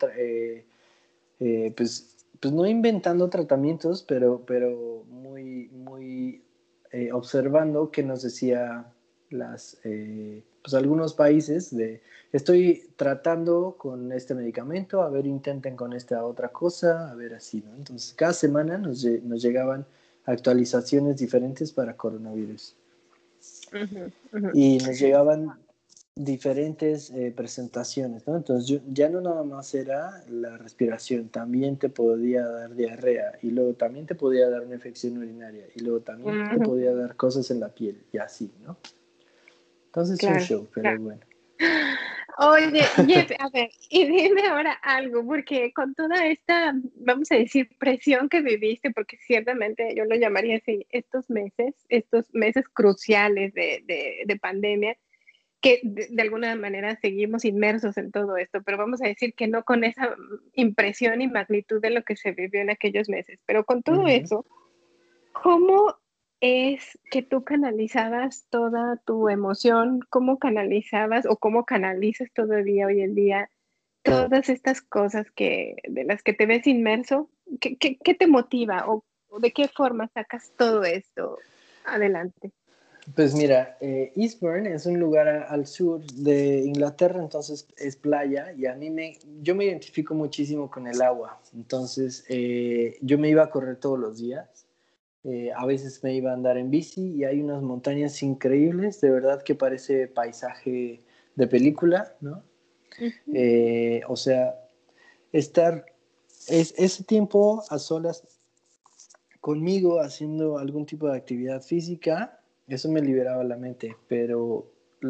pues no inventando tratamientos, pero muy, muy observando qué nos decía pues algunos países de, estoy tratando con este medicamento, a ver, intenten con esta otra cosa, a ver así, ¿no? Entonces, cada semana nos llegaban actualizaciones diferentes para coronavirus Ujú, ujú. y nos llegaban diferentes presentaciones, ¿no? Entonces ya no nada más era la respiración, también te podía dar diarrea y luego también te podía dar una infección urinaria y luego también te Ujú, podía dar cosas en la piel y así, ¿no? Entonces un claro. show, pero bueno. Oye, Jeff, a ver, y dime ahora algo, porque con toda esta, vamos a decir, presión que viviste, porque ciertamente yo lo llamaría así, estos meses cruciales de pandemia, que de alguna manera seguimos inmersos en todo esto, pero vamos a decir que no con esa impresión y magnitud de lo que se vivió en aquellos meses, pero con todo Ujú. eso, ¿cómo es que tú canalizabas toda tu emoción? ¿Cómo canalizabas o cómo canalizas todavía hoy en día todas estas cosas de las que te ves inmerso? ¿Qué te motiva o de qué forma sacas todo esto adelante? Pues mira, Eastbourne es un lugar al sur de Inglaterra, entonces es playa y yo me identifico muchísimo con el agua, entonces yo me iba a correr todos los días. A veces me iba a andar en bici y hay unas montañas increíbles, de verdad que parece paisaje de película, ¿no? Ujú. O sea, estar ese tiempo a solas conmigo haciendo algún tipo de actividad física, eso me liberaba la mente, pero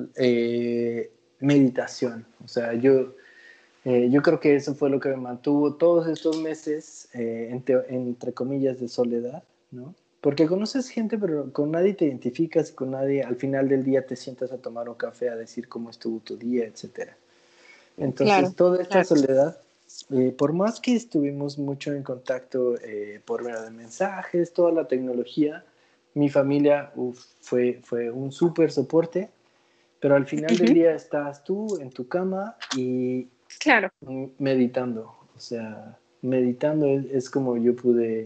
meditación, o sea, yo creo que eso fue lo que me mantuvo todos estos meses, entre comillas, de soledad, ¿no? Porque conoces gente, pero con nadie te identificas y con nadie al final del día te sientas a tomar un café a decir cómo estuvo tu día, etcétera. Entonces, Claro, toda esta claro. soledad, por más que estuvimos mucho en contacto por medio de mensajes, toda la tecnología, mi familia fue un súper soporte, pero al final del Ujú. día estás tú en tu cama y Claro. meditando, o sea, meditando es como yo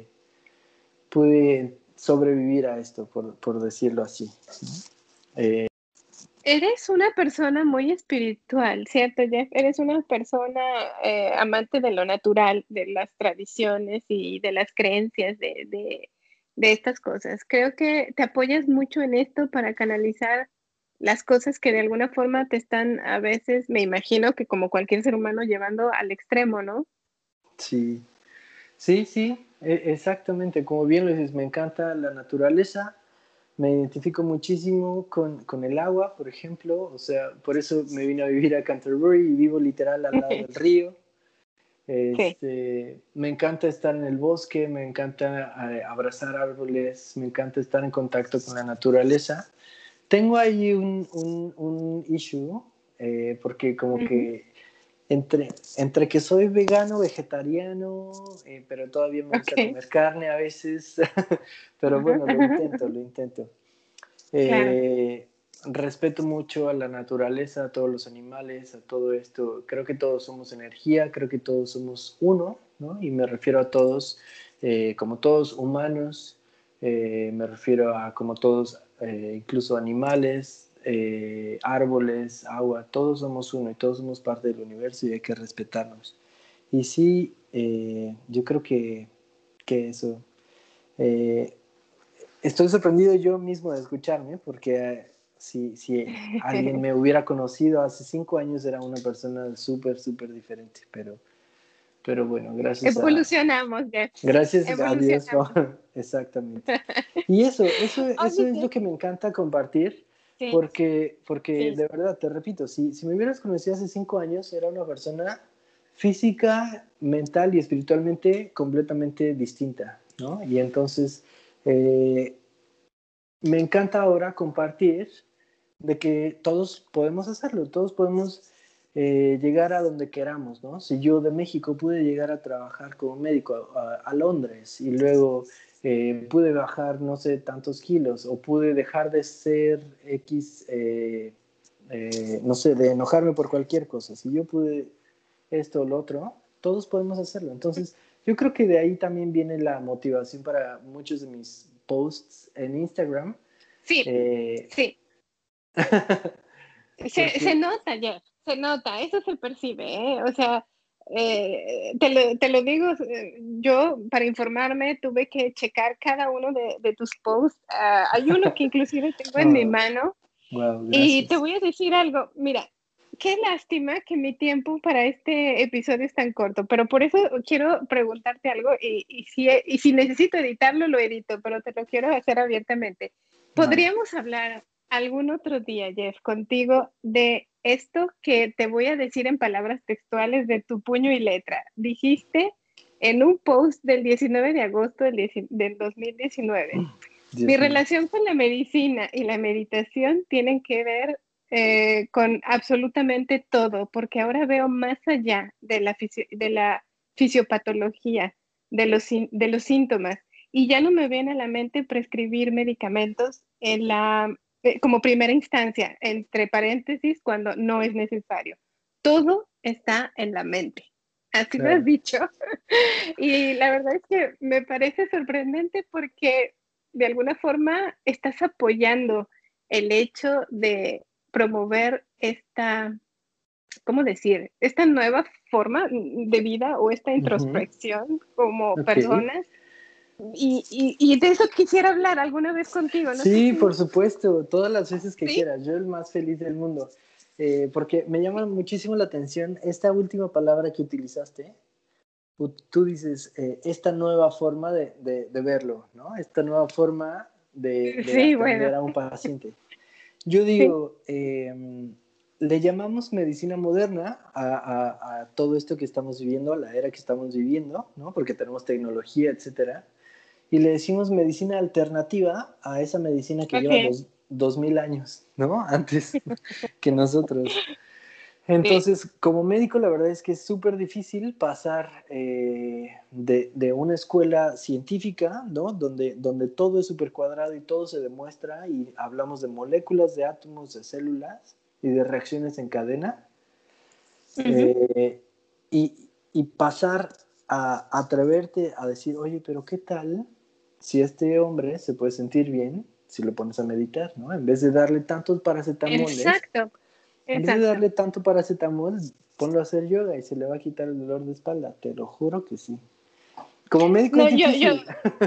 pude sobrevivir a esto, por decirlo así. Eh, Eres una persona muy espiritual, ¿cierto, Jeff? Eres una persona amante de lo natural, de las tradiciones y de las creencias de estas cosas. Creo que te apoyas mucho en esto para canalizar las cosas que de alguna forma te están a veces, me imagino que como cualquier ser humano, llevando al extremo, ¿no? sí, sí, sí, exactamente, como bien lo dices, me encanta la naturaleza. Me identifico muchísimo con el agua, por ejemplo, o sea, por eso me vine a vivir a Canterbury y vivo literal al lado del río. Sí. Me encanta estar en el bosque, me encanta abrazar árboles, me encanta estar en contacto con la naturaleza. Tengo ahí un issue, porque como Ujú. que entre que soy vegano, vegetariano, pero todavía me gusta Ok. comer carne a veces, pero bueno, lo intento, lo intento. Claro. Eh, Respeto mucho a la naturaleza, a todos los animales, a todo esto. Creo que todos somos energía, creo que todos somos uno, ¿no? Y me refiero a todos como todos humanos, me refiero a como todos, incluso animales, árboles, agua, todos somos uno y todos somos parte del universo y hay que respetarnos. Y sí, yo creo que eso. Eh, Estoy sorprendido yo mismo de escucharme porque si alguien me hubiera conocido hace 5 años era una persona súper, súper diferente, pero bueno, Evolucionamos, Jeff. gracias a Dios, Evolucionamos. exactamente. Y eso Oye, es lo Jeff. que me encanta compartir, Sí, porque sí. de verdad, te repito, si me hubieras conocido hace 5 años, era una persona física, mental y espiritualmente completamente distinta, ¿no? Y entonces, eh, me encanta ahora compartir de que todos podemos hacerlo, todos podemos llegar a donde queramos, ¿no? Si yo de México pude llegar a trabajar como médico a Londres y luego pude bajar no sé tantos kilos o pude dejar de ser X, no sé, de enojarme por cualquier cosa, si yo pude esto o lo otro, todos podemos hacerlo. Entonces, yo creo que de ahí también viene la motivación para muchos de mis posts en Instagram. Sí, Eh, sí. Se porque, nota, Jeff, se nota, eso se percibe, ¿eh? O sea, te lo digo, yo para informarme tuve que checar cada uno de tus posts. Hay uno que inclusive tengo en mi oh, mano wow, y te gracias. voy a decir algo, mira, qué lástima que mi tiempo para este episodio es tan corto, pero por eso quiero preguntarte algo y si necesito editarlo, lo edito, pero te lo quiero hacer abiertamente. Vale. ¿Podríamos hablar algún otro día, Jeff, contigo de esto que te voy a decir en palabras textuales de tu puño y letra? Dijiste en un post del 19 de agosto del 2019. Mi Dios mío. relación con la medicina y la meditación tienen que ver con absolutamente todo, porque ahora veo más allá de la fisiopatología, de los síntomas, y ya no me viene a la mente prescribir medicamentos como primera instancia, entre paréntesis, cuando no es necesario. Todo está en la mente. Así lo has Claro. dicho. Y la verdad es que me parece sorprendente porque de alguna forma estás apoyando el hecho de promover ¿cómo decir? Esta nueva forma de vida o esta Ujú. introspección como Ok. personas. Y de eso quisiera hablar alguna vez contigo. No sé Sí, por si... supuesto, todas las veces que ¿Sí? quieras, yo el más feliz del mundo. Porque me llama muchísimo la atención esta última palabra que utilizaste. Tú dices, esta nueva forma de verlo, ¿no? Esta nueva forma de Sí, bueno. atender a un paciente. Yo Sí. digo, le llamamos medicina moderna a todo esto que estamos viviendo, a la era que estamos viviendo, ¿no? Porque tenemos tecnología, etcétera. Y le decimos medicina alternativa a esa medicina que lleva Ok. 2000 años, ¿no? Antes que nosotros. Sí. Entonces, como médico, la verdad es que es súper difícil pasar de una escuela científica, ¿no? Donde todo es súper cuadrado y todo se demuestra y hablamos de moléculas, de átomos, de células y de reacciones en cadena, Ujú. eh, y pasar a atreverte a decir, oye, pero ¿qué tal si este hombre se puede sentir bien si lo pones a meditar, ¿no? En vez de darle tantos paracetamoles, Exacto. en vez de Exacto. darle tanto paracetamol, ponlo a hacer yoga y se le va a quitar el dolor de espalda. Te lo juro que sí. Como médico No, es difícil.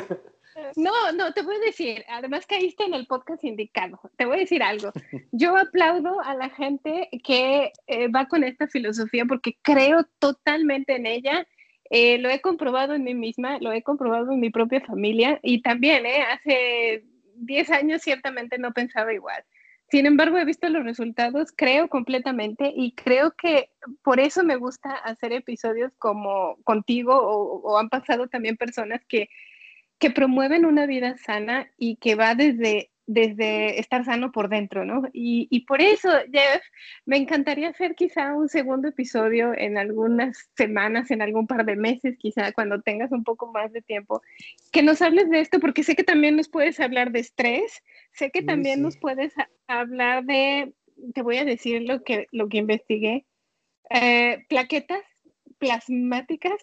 no, te voy a decir, además caíste en el podcast indicado. Te voy a decir algo. Yo aplaudo a la gente que va con esta filosofía porque creo totalmente en ella. Lo he comprobado en mí misma, lo he comprobado en mi propia familia y también, hace 10 años ciertamente no pensaba igual. Sin embargo, he visto los resultados, creo completamente y creo que por eso me gusta hacer episodios como contigo o han pasado también personas que promueven una vida sana y que va desde estar sano por dentro, ¿no? Y por eso, Jeff, me encantaría hacer quizá un segundo episodio en algunas semanas, en algún par de meses, quizá cuando tengas un poco más de tiempo, que nos hables de esto, porque sé que también nos puedes hablar de estrés, sé que Uy, también sí. nos puedes hablar te voy a decir lo que investigué, plaquetas plasmáticas,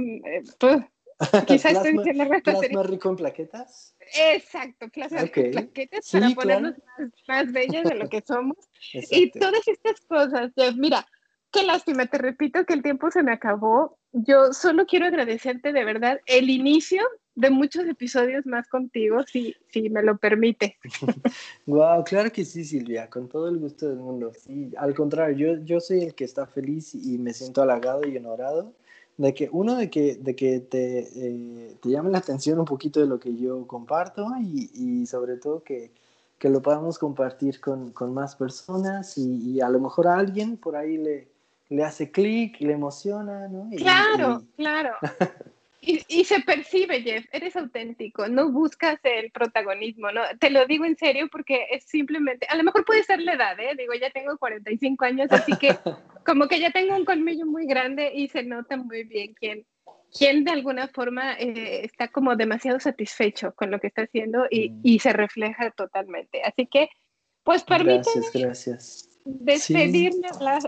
quizá estoy Plasma, diciendo algo serio. plasma rico en plaquetas. Exacto, Ok. plaquetas para Sí, ponernos claro. más bellas de lo que somos. Y Exacto. todas estas cosas, Jeff, mira, qué lástima, te repito que el tiempo se me acabó. Yo solo quiero agradecerte de verdad el inicio de muchos episodios más contigo, si me lo permite. Wow, claro que sí, Silvia, con todo el gusto del mundo. Sí, al contrario, yo soy el que está feliz y me siento halagado y honorado de que, uno, de que te llame la atención un poquito de lo que yo comparto y sobre todo que lo podamos compartir con más personas y a lo mejor a alguien por ahí le hace clic, le emociona, ¿no? Claro, claro. Y se percibe, Jeff, eres auténtico, no buscas el protagonismo, ¿no? Te lo digo en serio porque es simplemente, a lo mejor puede ser la edad, ¿eh? Digo, ya tengo 45 años, así que como que ya tengo un colmillo muy grande y se nota muy bien quién de alguna forma está como demasiado satisfecho con lo que está haciendo y se refleja totalmente. Así que, pues permíteme Gracias, gracias. Sí, despedirme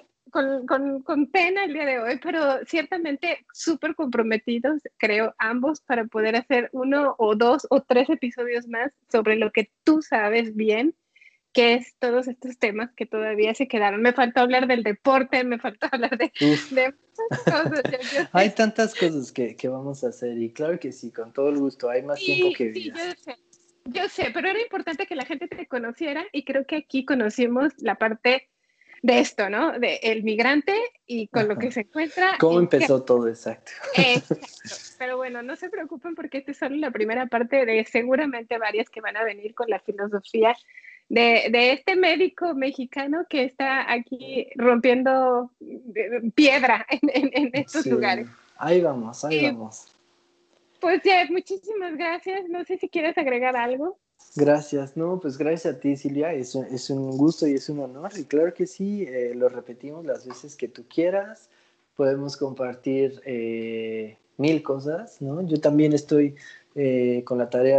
con pena el día de hoy, pero ciertamente súper comprometidos, creo, ambos, para poder hacer uno o dos o tres episodios más sobre lo que tú sabes bien, que es todos estos temas que todavía se quedaron. Me faltó hablar del deporte, me faltó hablar uf. de muchas cosas, yo Hay sé. tantas cosas que vamos a hacer y claro que sí, con todo el gusto. Hay más tiempo Sí, que sí, vida. yo sé, pero era importante que la gente te conociera y creo que aquí conocimos la parte de esto, ¿no? De el migrante y con lo que Ajá. se encuentra ¿Cómo y qué. empezó todo exacto? Exacto. Pero bueno, no se preocupen porque esta es solo la primera parte de seguramente varias que van a venir con la filosofía de este médico mexicano que está aquí rompiendo piedra en estos Sí, lugares. ahí vamos, ahí Y vamos. pues Jeff, muchísimas gracias. No sé si quieres agregar algo. Gracias, no, pues gracias a ti, Silvia, es un gusto y es un honor. Y claro que sí, lo repetimos las veces que tú quieras, podemos compartir mil cosas, ¿no? Yo también estoy con la tarea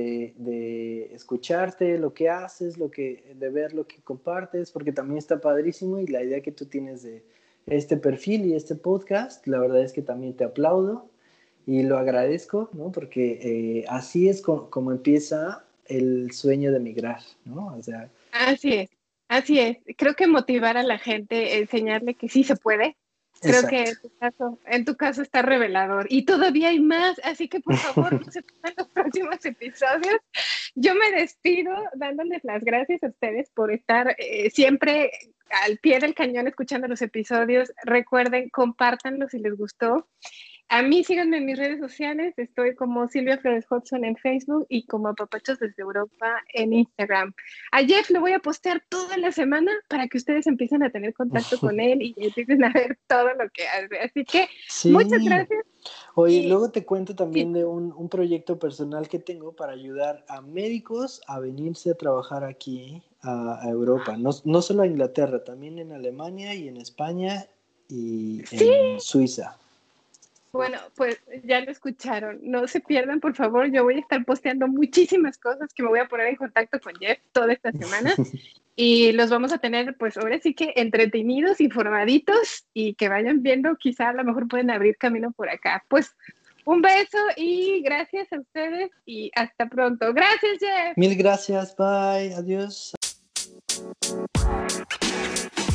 de escucharte, lo que haces, de ver lo que compartes, porque también está padrísimo y la idea que tú tienes de este perfil y este podcast, la verdad es que también te aplaudo y lo agradezco, ¿no? Porque así es como empieza el sueño de migrar, ¿no? O sea, Así es, así es. Creo que motivar a la gente, enseñarle que sí se puede. Creo que exacto. en tu caso está revelador. Y todavía hay más, así que por favor no se pierdan los próximos episodios. Yo me despido dándoles las gracias a ustedes por estar siempre al pie del cañón escuchando los episodios. Recuerden, compártanlos si les gustó. A mí síganme en mis redes sociales, estoy como Silvia Flores Hodgson en Facebook y como Papachos desde Europa en Instagram. A Jeff lo voy a postear toda la semana para que ustedes empiecen a tener contacto con él y empiecen a ver todo lo que hace. Así que muchas Sí. gracias Oye, y luego te cuento sí, también de un proyecto personal que tengo para ayudar a médicos a venirse a trabajar aquí a Europa. No, no solo a Inglaterra, también en Alemania y en España y sí, en Suiza. bueno, pues ya lo escucharon. No se pierdan, por favor. Yo voy a estar posteando muchísimas cosas que me voy a poner en contacto con Jeff toda esta semana. Y los vamos a tener, pues ahora sí que entretenidos, informaditos y que vayan viendo, quizá a lo mejor pueden abrir camino por acá. Pues un beso y gracias a ustedes y hasta pronto. Gracias, Jeff. Mil gracias, bye, adiós.